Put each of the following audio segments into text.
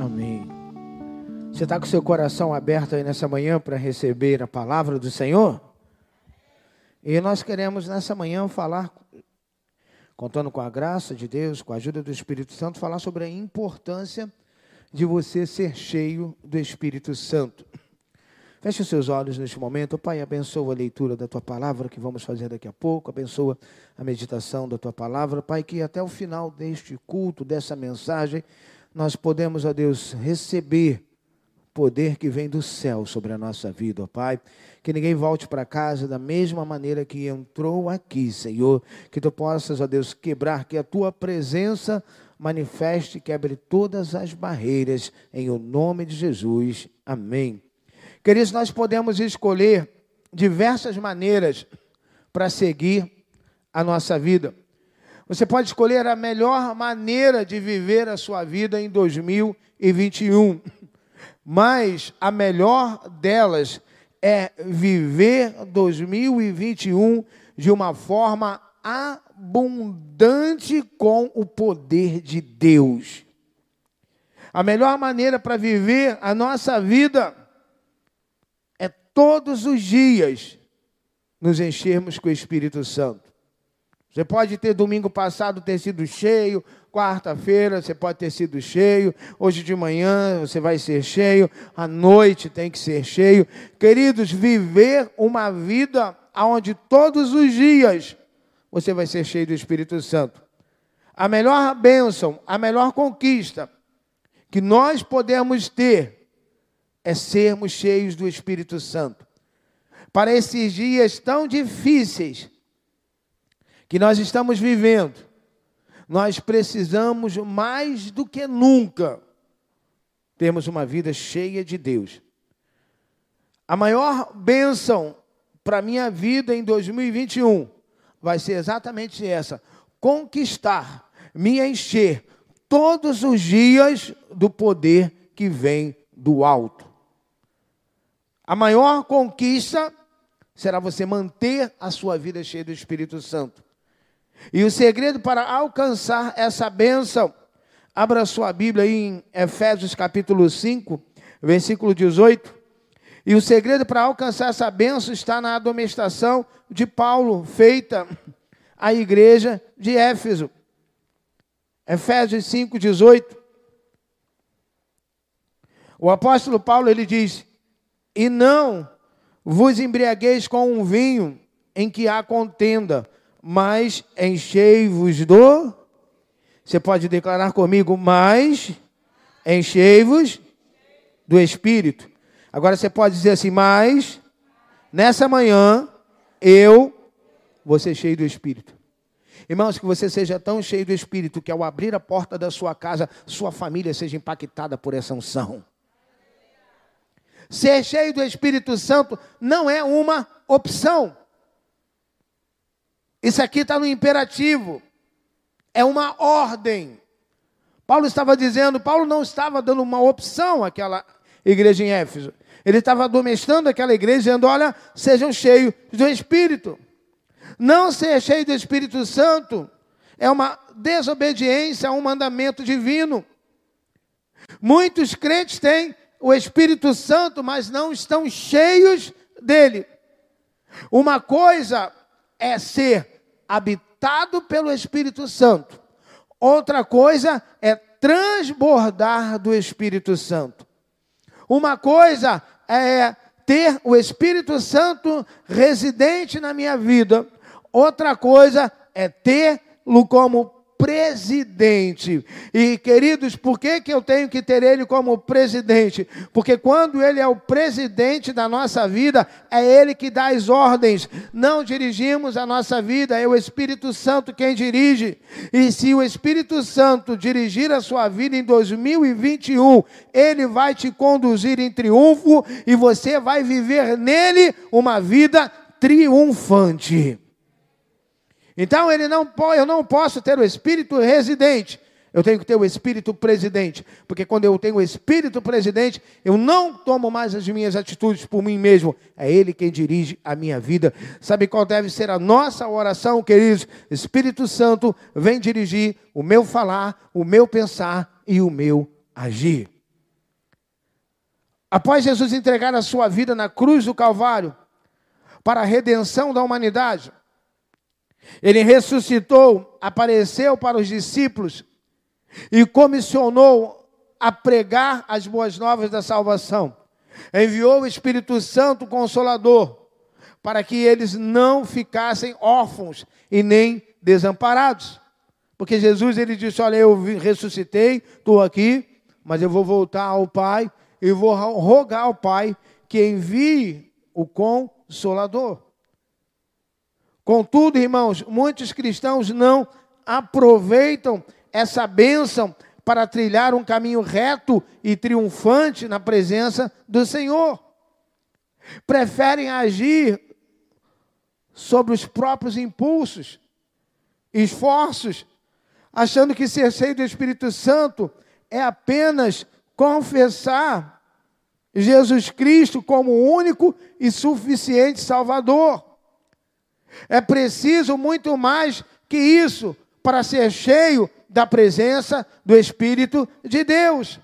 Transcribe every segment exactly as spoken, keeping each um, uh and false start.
Amém. Você está com seu coração aberto aí nessa manhã para receber a palavra do Senhor? E nós queremos nessa manhã falar, contando com a graça de Deus, com a ajuda do Espírito Santo, falar sobre a importância de você ser cheio do Espírito Santo. Feche os seus olhos neste momento. Pai, abençoa a leitura da Tua palavra que vamos fazer daqui a pouco. Abençoa a meditação da Tua palavra. Pai, que até o final deste culto, dessa mensagem, nós podemos, ó Deus, receber poder que vem do céu sobre a nossa vida, ó Pai. Que ninguém volte para casa da mesma maneira que entrou aqui, Senhor. Que Tu possas, ó Deus, quebrar, que a Tua presença manifeste e quebre todas as barreiras, em o nome de Jesus. Amém. Queridos, nós podemos escolher diversas maneiras para seguir a nossa vida. Você pode escolher a melhor maneira de viver a sua vida em dois mil e vinte e um. Mas a melhor delas é viver dois mil e vinte e um de uma forma abundante com o poder de Deus. A melhor maneira para viver a nossa vida é todos os dias nos enchermos com o Espírito Santo. Você pode ter domingo passado ter sido cheio, quarta-feira você pode ter sido cheio, hoje de manhã você vai ser cheio, à noite tem que ser cheio. Queridos, viver uma vida onde todos os dias você vai ser cheio do Espírito Santo. A melhor bênção, a melhor conquista que nós podemos ter é sermos cheios do Espírito Santo. Para esses dias tão difíceis que nós estamos vivendo, nós precisamos mais do que nunca termos uma vida cheia de Deus. A maior bênção para a minha vida em dois mil e vinte e um vai ser exatamente essa: conquistar, me encher todos os dias do poder que vem do alto. A maior conquista será você manter a sua vida cheia do Espírito Santo. E o segredo para alcançar essa bênção, abra sua Bíblia aí em Efésios capítulo cinco, versículo dezoito. E o segredo para alcançar essa bênção está na admoestação de Paulo, feita à igreja de Éfeso. Efésios cinco, dezoito. O apóstolo Paulo, ele diz: e não vos embriagueis com um vinho em que há contenda, mas enchei-vos do... Você pode declarar comigo: mas enchei-vos do Espírito. Agora você pode dizer assim: mas nessa manhã eu vou ser cheio do Espírito. Irmãos, que você seja tão cheio do Espírito que ao abrir a porta da sua casa, sua família seja impactada por essa unção. Ser cheio do Espírito Santo não é uma opção. Isso aqui está no imperativo. É uma ordem. Paulo estava dizendo, Paulo não estava dando uma opção àquela igreja em Éfeso. Ele estava admoestando aquela igreja, dizendo: olha, sejam cheios do Espírito. Não ser cheio do Espírito Santo é uma desobediência a um mandamento divino. Muitos crentes têm o Espírito Santo, mas não estão cheios dele. Uma coisa é ser habitado pelo Espírito Santo. Outra coisa é transbordar do Espírito Santo. Uma coisa é ter o Espírito Santo residente na minha vida. Outra coisa é tê-lo como presidente. E, queridos, por que que eu tenho que ter ele como presidente? Porque quando ele é o presidente da nossa vida, é ele que dá as ordens. Não dirigimos a nossa vida, é o Espírito Santo quem dirige. E se o Espírito Santo dirigir a sua vida em dois mil e vinte e um, ele vai te conduzir em triunfo e você vai viver nele uma vida triunfante. Então ele não pode, eu não posso ter o Espírito residente, eu tenho que ter o Espírito presidente, porque quando eu tenho o Espírito presidente, eu não tomo mais as minhas atitudes por mim mesmo, é Ele quem dirige a minha vida. Sabe qual deve ser a nossa oração, queridos? Espírito Santo, vem dirigir o meu falar, o meu pensar e o meu agir. Após Jesus entregar a sua vida na cruz do Calvário para a redenção da humanidade, ele ressuscitou, apareceu para os discípulos e comissionou a pregar as boas novas da salvação. Enviou o Espírito Santo Consolador para que eles não ficassem órfãos e nem desamparados. Porque Jesus, ele disse, olha, eu ressuscitei, estou aqui, mas eu vou voltar ao Pai e vou rogar ao Pai que envie o Consolador. Contudo, irmãos, muitos cristãos não aproveitam essa bênção para trilhar um caminho reto e triunfante na presença do Senhor. Preferem agir sobre os próprios impulsos, esforços, achando que ser cheio do Espírito Santo é apenas confessar Jesus Cristo como o único e suficiente Salvador. É preciso muito mais que isso para ser cheio da presença do Espírito de Deus.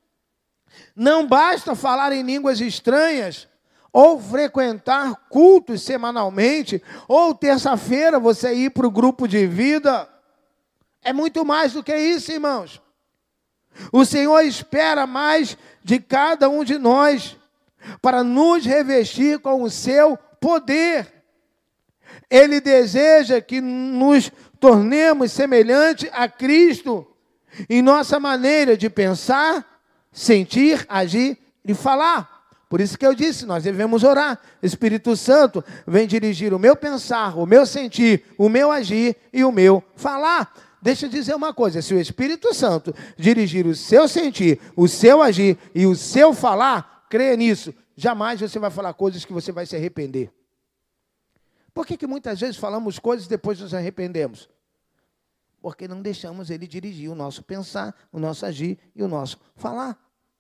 Não basta falar em línguas estranhas, ou frequentar cultos semanalmente, ou terça-feira você ir para o grupo de vida. É muito mais do que isso, irmãos. O Senhor espera mais de cada um de nós para nos revestir com o seu poder. Ele deseja que nos tornemos semelhantes a Cristo em nossa maneira de pensar, sentir, agir e falar. Por isso que eu disse, nós devemos orar. Espírito Santo, vem dirigir o meu pensar, o meu sentir, o meu agir e o meu falar. Deixa eu dizer uma coisa, se o Espírito Santo dirigir o seu sentir, o seu agir e o seu falar, creia nisso, jamais você vai falar coisas que você vai se arrepender. Por que que muitas vezes falamos coisas e depois nos arrependemos? Porque não deixamos ele dirigir o nosso pensar, o nosso agir e o nosso falar.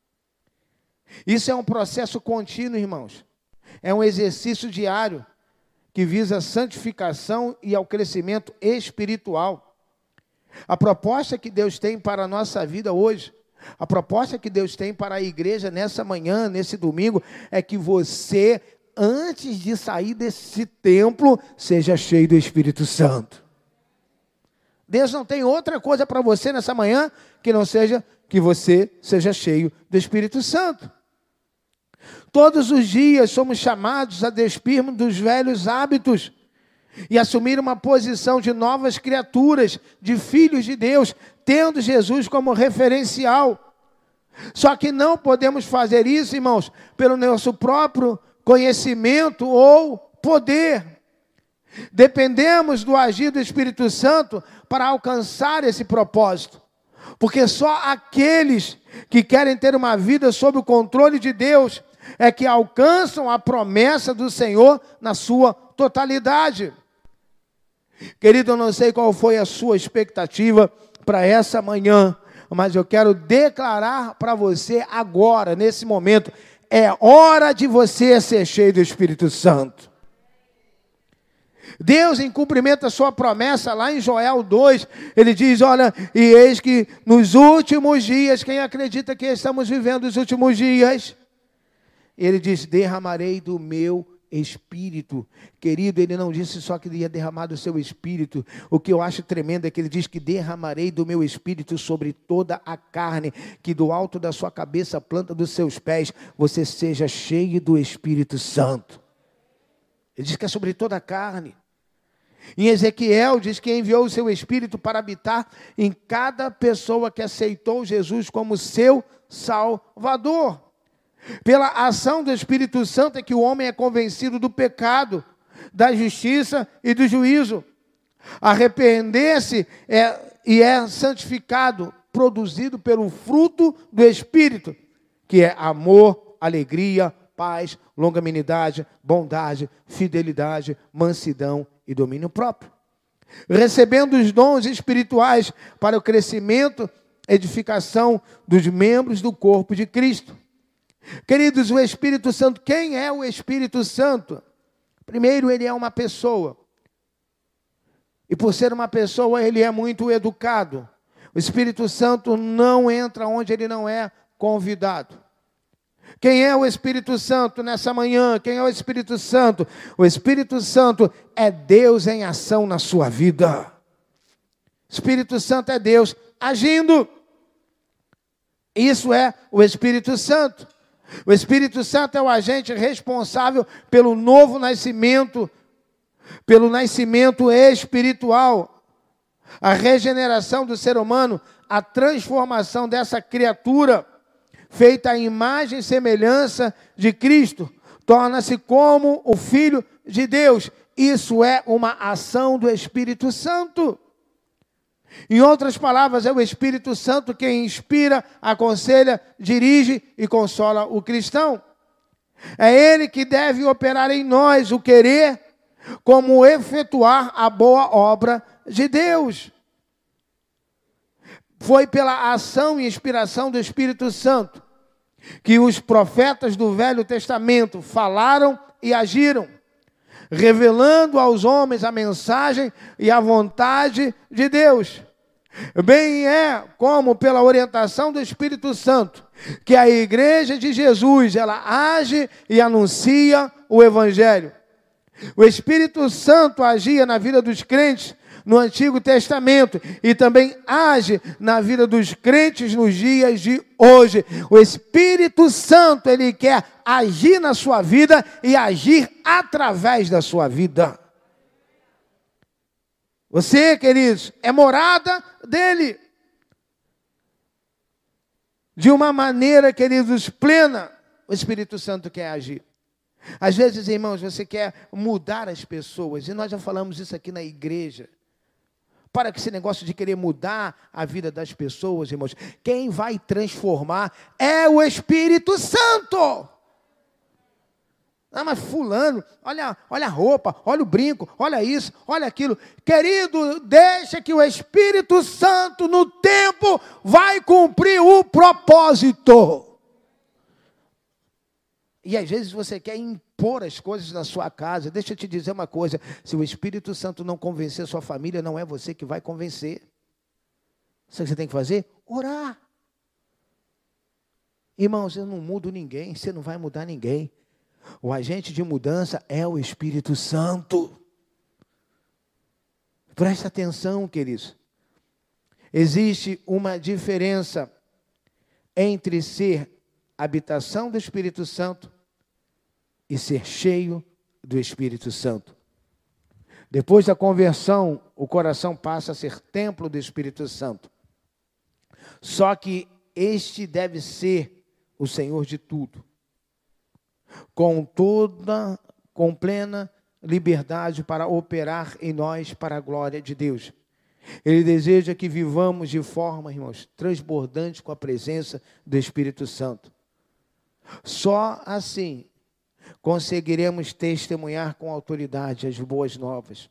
Isso é um processo contínuo, irmãos. É um exercício diário que visa a santificação e ao crescimento espiritual. A proposta que Deus tem para a nossa vida hoje, a proposta que Deus tem para a igreja nessa manhã, nesse domingo, é que você, antes de sair desse templo, seja cheio do Espírito Santo. Deus não tem outra coisa para você nessa manhã que não seja que você seja cheio do Espírito Santo. Todos os dias somos chamados a despirmos dos velhos hábitos e assumir uma posição de novas criaturas, de filhos de Deus, tendo Jesus como referencial. Só que não podemos fazer isso, irmãos, pelo nosso próprio conhecimento ou poder. Dependemos do agir do Espírito Santo para alcançar esse propósito. Porque só aqueles que querem ter uma vida sob o controle de Deus é que alcançam a promessa do Senhor na sua totalidade. Querido, eu não sei qual foi a sua expectativa para essa manhã, mas eu quero declarar para você agora, nesse momento, é hora de você ser cheio do Espírito Santo. Deus, em cumprimento a sua promessa, lá em Joel dois, ele diz, olha, e eis que nos últimos dias, quem acredita que estamos vivendo os últimos dias? Ele diz, derramarei do meu Espírito. Querido, ele não disse só que ia derramar do seu Espírito. O que eu acho tremendo é que ele diz que derramarei do meu Espírito sobre toda a carne, que do alto da sua cabeça, planta dos seus pés, você seja cheio do Espírito Santo. Ele diz que é sobre toda a carne. Em Ezequiel diz que enviou o seu Espírito para habitar em cada pessoa que aceitou Jesus como seu Salvador. Pela ação do Espírito Santo é que o homem é convencido do pecado, da justiça e do juízo. Arrepender-se é, e é santificado, produzido pelo fruto do Espírito, que é amor, alegria, paz, longanimidade, bondade, fidelidade, mansidão e domínio próprio. Recebendo os dons espirituais para o crescimento, edificação dos membros do corpo de Cristo. Queridos, o Espírito Santo, quem é o Espírito Santo? Primeiro, ele é uma pessoa. E por ser uma pessoa, ele é muito educado. O Espírito Santo não entra onde ele não é convidado. Quem é o Espírito Santo nessa manhã? Quem é o Espírito Santo? O Espírito Santo é Deus em ação na sua vida. Espírito Santo é Deus agindo. Isso é o Espírito Santo. O Espírito Santo é o agente responsável pelo novo nascimento, pelo nascimento espiritual, a regeneração do ser humano, a transformação dessa criatura, feita à imagem e semelhança de Cristo, torna-se como o Filho de Deus. Isso é uma ação do Espírito Santo. Em outras palavras, é o Espírito Santo quem inspira, aconselha, dirige e consola o cristão. É Ele que deve operar em nós o querer, como efetuar a boa obra de Deus. Foi pela ação e inspiração do Espírito Santo que os profetas do Velho Testamento falaram e agiram, revelando aos homens a mensagem e a vontade de Deus. Bem é como pela orientação do Espírito Santo que a igreja de Jesus, ela age e anuncia o Evangelho. O Espírito Santo agia na vida dos crentes no Antigo Testamento e também age na vida dos crentes nos dias de hoje. O Espírito Santo, ele quer agir na sua vida e agir através da sua vida. Você, queridos, é morada dele. De uma maneira, queridos, plena, o Espírito Santo quer agir. Às vezes, irmãos, você quer mudar as pessoas, e nós já falamos isso aqui na igreja. Para que esse negócio de querer mudar a vida das pessoas, irmãos, quem vai transformar é o Espírito Santo. Ah, mas fulano, olha, olha a roupa, olha o brinco, olha isso, olha aquilo. Querido, deixa que o Espírito Santo, no tempo, vai cumprir o propósito. E às vezes você quer impor as coisas na sua casa. Deixa eu te dizer uma coisa, se o Espírito Santo não convencer a sua família, não é você que vai convencer. Sabe o que você tem que fazer? Orar. Irmãos, eu não mudo ninguém, você não vai mudar ninguém. O agente de mudança é o Espírito Santo. Presta atenção, queridos. Existe uma diferença entre ser habitação do Espírito Santo e ser cheio do Espírito Santo. Depois da conversão, o coração passa a ser templo do Espírito Santo. Só que este deve ser o Senhor de tudo. Com toda, com plena liberdade para operar em nós para a glória de Deus. Ele deseja que vivamos de forma, irmãos, transbordante com a presença do Espírito Santo. Só assim conseguiremos testemunhar com autoridade as boas novas.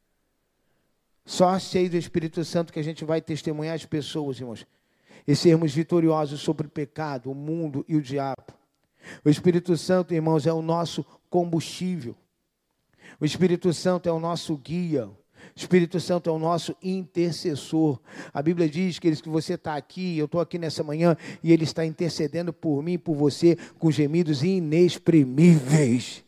Só cheio do Espírito Santo que a gente vai testemunhar as pessoas, irmãos, e sermos vitoriosos sobre o pecado, o mundo e o diabo. O Espírito Santo, irmãos, é o nosso combustível. O Espírito Santo é o nosso guia. O Espírito Santo é o nosso intercessor. A Bíblia diz que você está aqui, eu estou aqui nessa manhã, e Ele está intercedendo por mim e por você com gemidos inexprimíveis.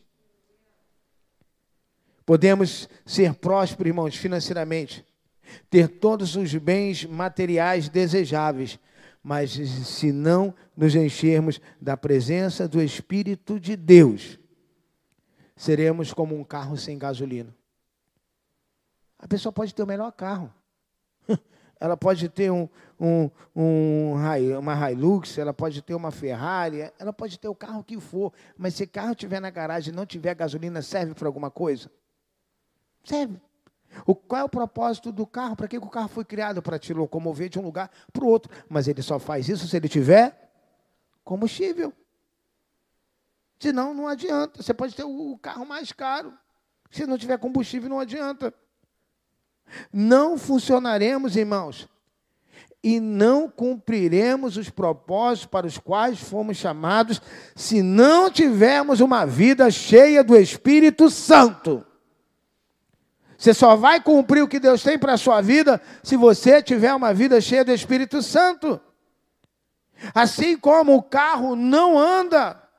Podemos ser prósperos, irmãos, financeiramente, ter todos os bens materiais desejáveis, mas se não nos enchermos da presença do Espírito de Deus, seremos como um carro sem gasolina. A pessoa pode ter o melhor carro. Ela pode ter um, um, um, uma Hilux, ela pode ter uma Ferrari, ela pode ter o carro que for, mas se o carro estiver na garagem e não tiver gasolina, serve para alguma coisa? Serve. O, qual é o propósito do carro? Para que o carro foi criado? Para te locomover de um lugar para o outro. Mas ele só faz isso se ele tiver combustível. Senão, não adianta. Você pode ter o carro mais caro. Se não tiver combustível, não adianta. Não funcionaremos, irmãos, e não cumpriremos os propósitos para os quais fomos chamados se não tivermos uma vida cheia do Espírito Santo. Você só vai cumprir o que Deus tem para a sua vida se você tiver uma vida cheia do Espírito Santo. Assim como o carro não anda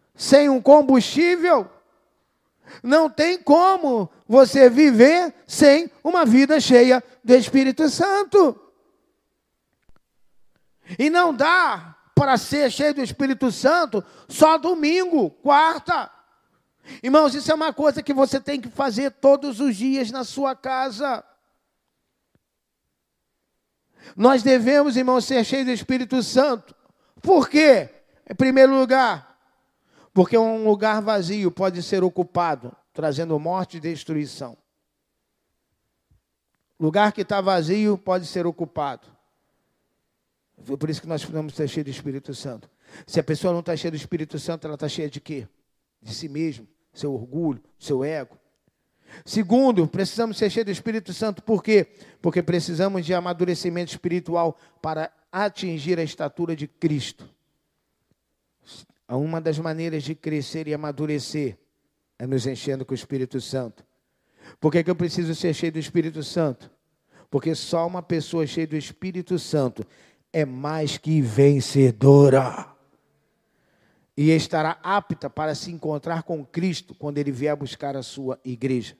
sem um combustível, não tem como você viver sem uma vida cheia do Espírito Santo. E não dá para ser cheio do Espírito Santo só domingo, quarta. Irmãos, isso é uma coisa que você tem que fazer todos os dias na sua casa. Nós devemos, irmãos, ser cheios do Espírito Santo. Por quê? Em primeiro lugar, porque um lugar vazio pode ser ocupado, trazendo morte e destruição. Lugar que está vazio pode ser ocupado. Por isso que nós precisamos ser cheios do Espírito Santo. Se a pessoa não está cheia do Espírito Santo, ela está cheia de quê? De si mesmo, seu orgulho, seu ego. Segundo, precisamos ser cheios do Espírito Santo. Por quê? Porque precisamos de amadurecimento espiritual para atingir a estatura de Cristo. Uma das maneiras de crescer e amadurecer é nos enchendo com o Espírito Santo. Por que que eu preciso ser cheio do Espírito Santo? Porque só uma pessoa cheia do Espírito Santo é mais que vencedora. E estará apta para se encontrar com Cristo quando Ele vier buscar a sua igreja.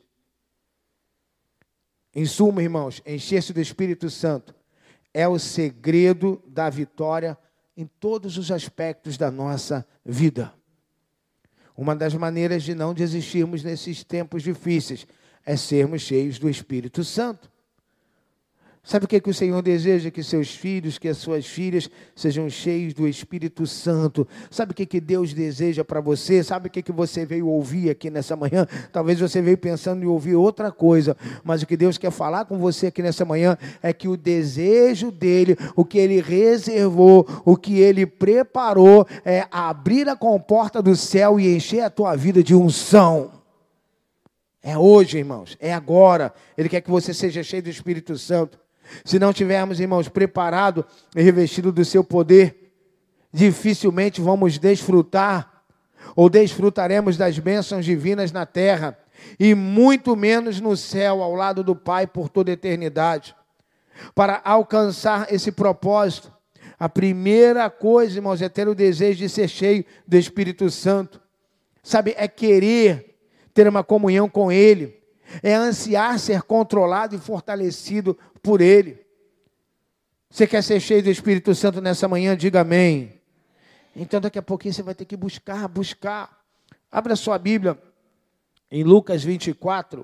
Em suma, irmãos, encher-se do Espírito Santo é o segredo da vitória em todos os aspectos da nossa vida. Uma das maneiras de não desistirmos nesses tempos difíceis é sermos cheios do Espírito Santo. Sabe o que, que o Senhor deseja? Que seus filhos, que as suas filhas sejam cheios do Espírito Santo. Sabe o que, que Deus deseja para você? Sabe o que, que você veio ouvir aqui nessa manhã? Talvez você veio pensando em ouvir outra coisa, mas o que Deus quer falar com você aqui nessa manhã é que o desejo dele, o que ele reservou, o que ele preparou é abrir a comporta do céu e encher a tua vida de unção. É hoje, irmãos, é agora. Ele quer que você seja cheio do Espírito Santo. Se não tivermos, irmãos, preparado e revestido do seu poder, dificilmente vamos desfrutar ou desfrutaremos das bênçãos divinas na terra e muito menos no céu, ao lado do Pai por toda a eternidade. Para alcançar esse propósito, a primeira coisa, irmãos, é ter o desejo de ser cheio do Espírito Santo. Sabe, é querer ter uma comunhão com Ele, é ansiar ser controlado e fortalecido por Ele. Você quer ser cheio do Espírito Santo nessa manhã? Diga amém. Então daqui a pouquinho você vai ter que buscar, buscar. Abra sua Bíblia em Lucas vinte e quatro.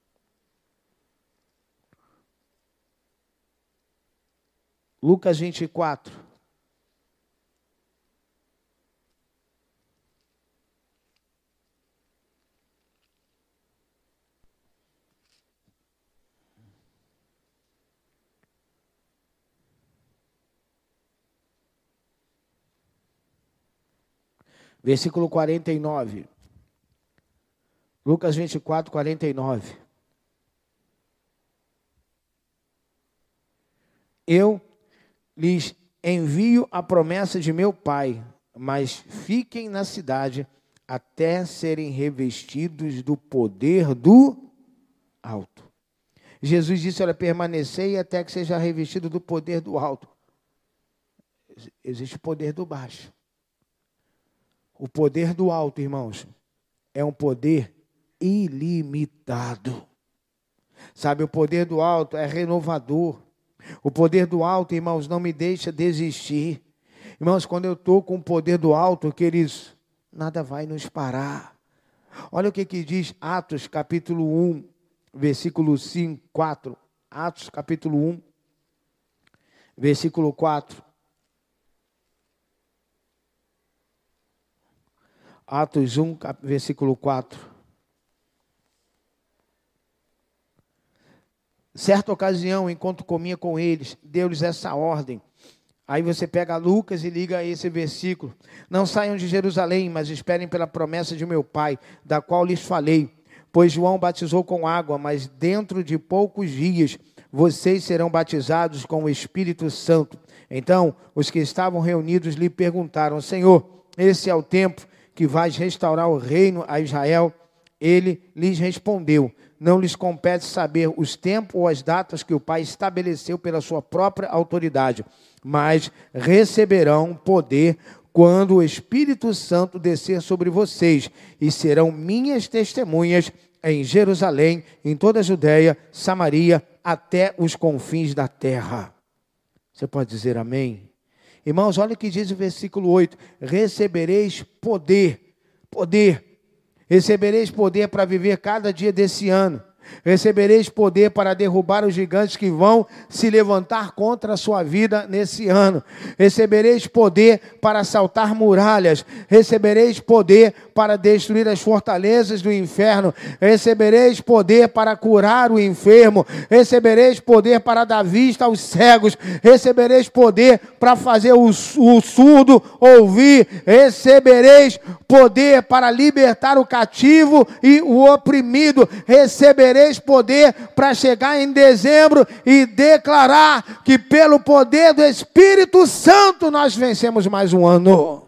Lucas vinte e quatro. Versículo quarenta e nove. Lucas vinte e quatro, quarenta e nove. Eu lhes envio a promessa de meu Pai, mas fiquem na cidade até serem revestidos do poder do alto. Jesus disse, olha, permanecei até que seja revestido do poder do alto. Existe o poder do baixo. O poder do alto, irmãos, é um poder ilimitado. Sabe, o poder do alto é renovador. O poder do alto, irmãos, não me deixa desistir. Irmãos, quando eu estou com o poder do alto, queridos, nada vai nos parar. Olha o que, que diz Atos, capítulo um, versículo cinco, quatro. Atos, capítulo um, versículo quatro. Atos um, versículo quatro. Certa ocasião, enquanto comia com eles, deu-lhes essa ordem. Aí você pega Lucas e liga esse versículo. Não saiam de Jerusalém, mas esperem pela promessa de meu Pai, da qual lhes falei. Pois João batizou com água, mas dentro de poucos dias vocês serão batizados com o Espírito Santo. Então, os que estavam reunidos lhe perguntaram, Senhor, esse é o tempo que vais restaurar o reino a Israel? Ele lhes respondeu, não lhes compete saber os tempos ou as datas que o Pai estabeleceu pela sua própria autoridade, mas receberão poder quando o Espírito Santo descer sobre vocês, e serão minhas testemunhas em Jerusalém, em toda a Judéia, Samaria, até os confins da terra. Você pode dizer amém? Irmãos, olha o que diz o versículo oito. Recebereis poder, poder. Recebereis poder para viver cada dia desse ano. Recebereis poder para derrubar os gigantes que vão se levantar contra a sua vida nesse ano. Recebereis poder para assaltar muralhas. Recebereis poder para destruir as fortalezas do inferno. Recebereis poder para curar o enfermo. Recebereis poder para dar vista aos cegos. Recebereis poder para fazer o, o surdo ouvir. Recebereis poder para libertar o cativo e o oprimido. Recebereis poder para chegar em dezembro e declarar que pelo poder do Espírito Santo nós vencemos mais um ano.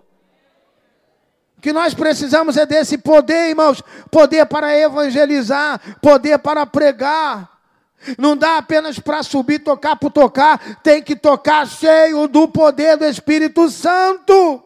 O que nós precisamos é desse poder, irmãos. Poder para evangelizar, poder para pregar. Não dá apenas para subir, tocar por tocar. Tem que tocar cheio do poder do Espírito Santo.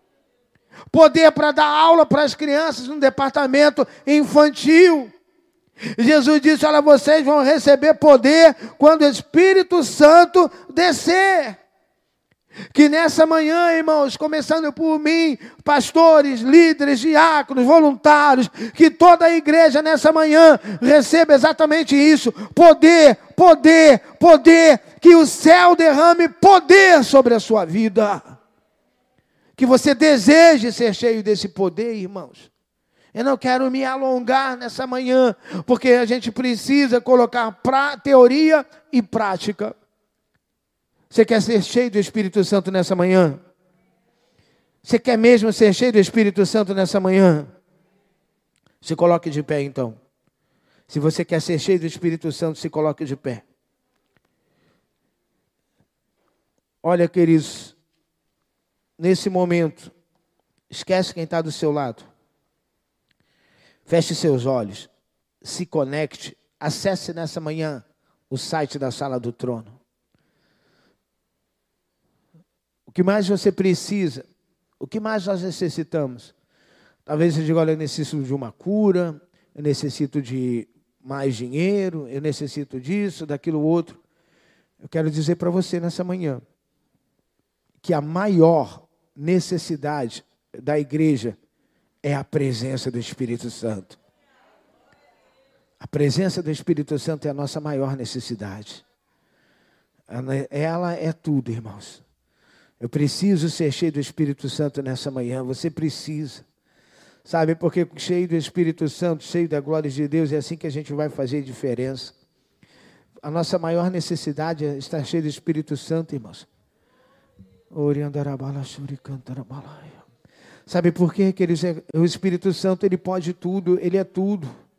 Poder para dar aula para as crianças no departamento infantil. Jesus disse, olha, vocês vão receber poder quando o Espírito Santo descer. Que nessa manhã, irmãos, começando por mim, pastores, líderes, diáconos, voluntários, que toda a igreja nessa manhã receba exatamente isso. Poder, poder, poder, que o céu derrame poder sobre a sua vida. Que você deseje ser cheio desse poder, irmãos. Eu não quero me alongar nessa manhã, porque a gente precisa colocar pra, teoria e prática. Você quer ser cheio do Espírito Santo nessa manhã? Você quer mesmo ser cheio do Espírito Santo nessa manhã? Se coloque de pé, então. Se você quer ser cheio do Espírito Santo, se coloque de pé. Olha, queridos, nesse momento, esquece quem está do seu lado. Feche seus olhos, se conecte, acesse nessa manhã o site da Sala do Trono. O que mais você precisa, o que mais nós necessitamos? Talvez você diga, olha, eu necessito de uma cura, eu necessito de mais dinheiro, eu necessito disso, daquilo outro. Eu quero dizer para você nessa manhã que a maior necessidade da igreja é a presença do Espírito Santo. A presença do Espírito Santo é a nossa maior necessidade. Ela é tudo, irmãos. Eu preciso ser cheio do Espírito Santo nessa manhã. Você precisa. Sabe, porque cheio do Espírito Santo, cheio da glória de Deus, é assim que a gente vai fazer diferença. A nossa maior necessidade é estar cheio do Espírito Santo, irmãos. Sabe por quê? Que ele, o Espírito Santo, ele pode tudo, ele é tudo.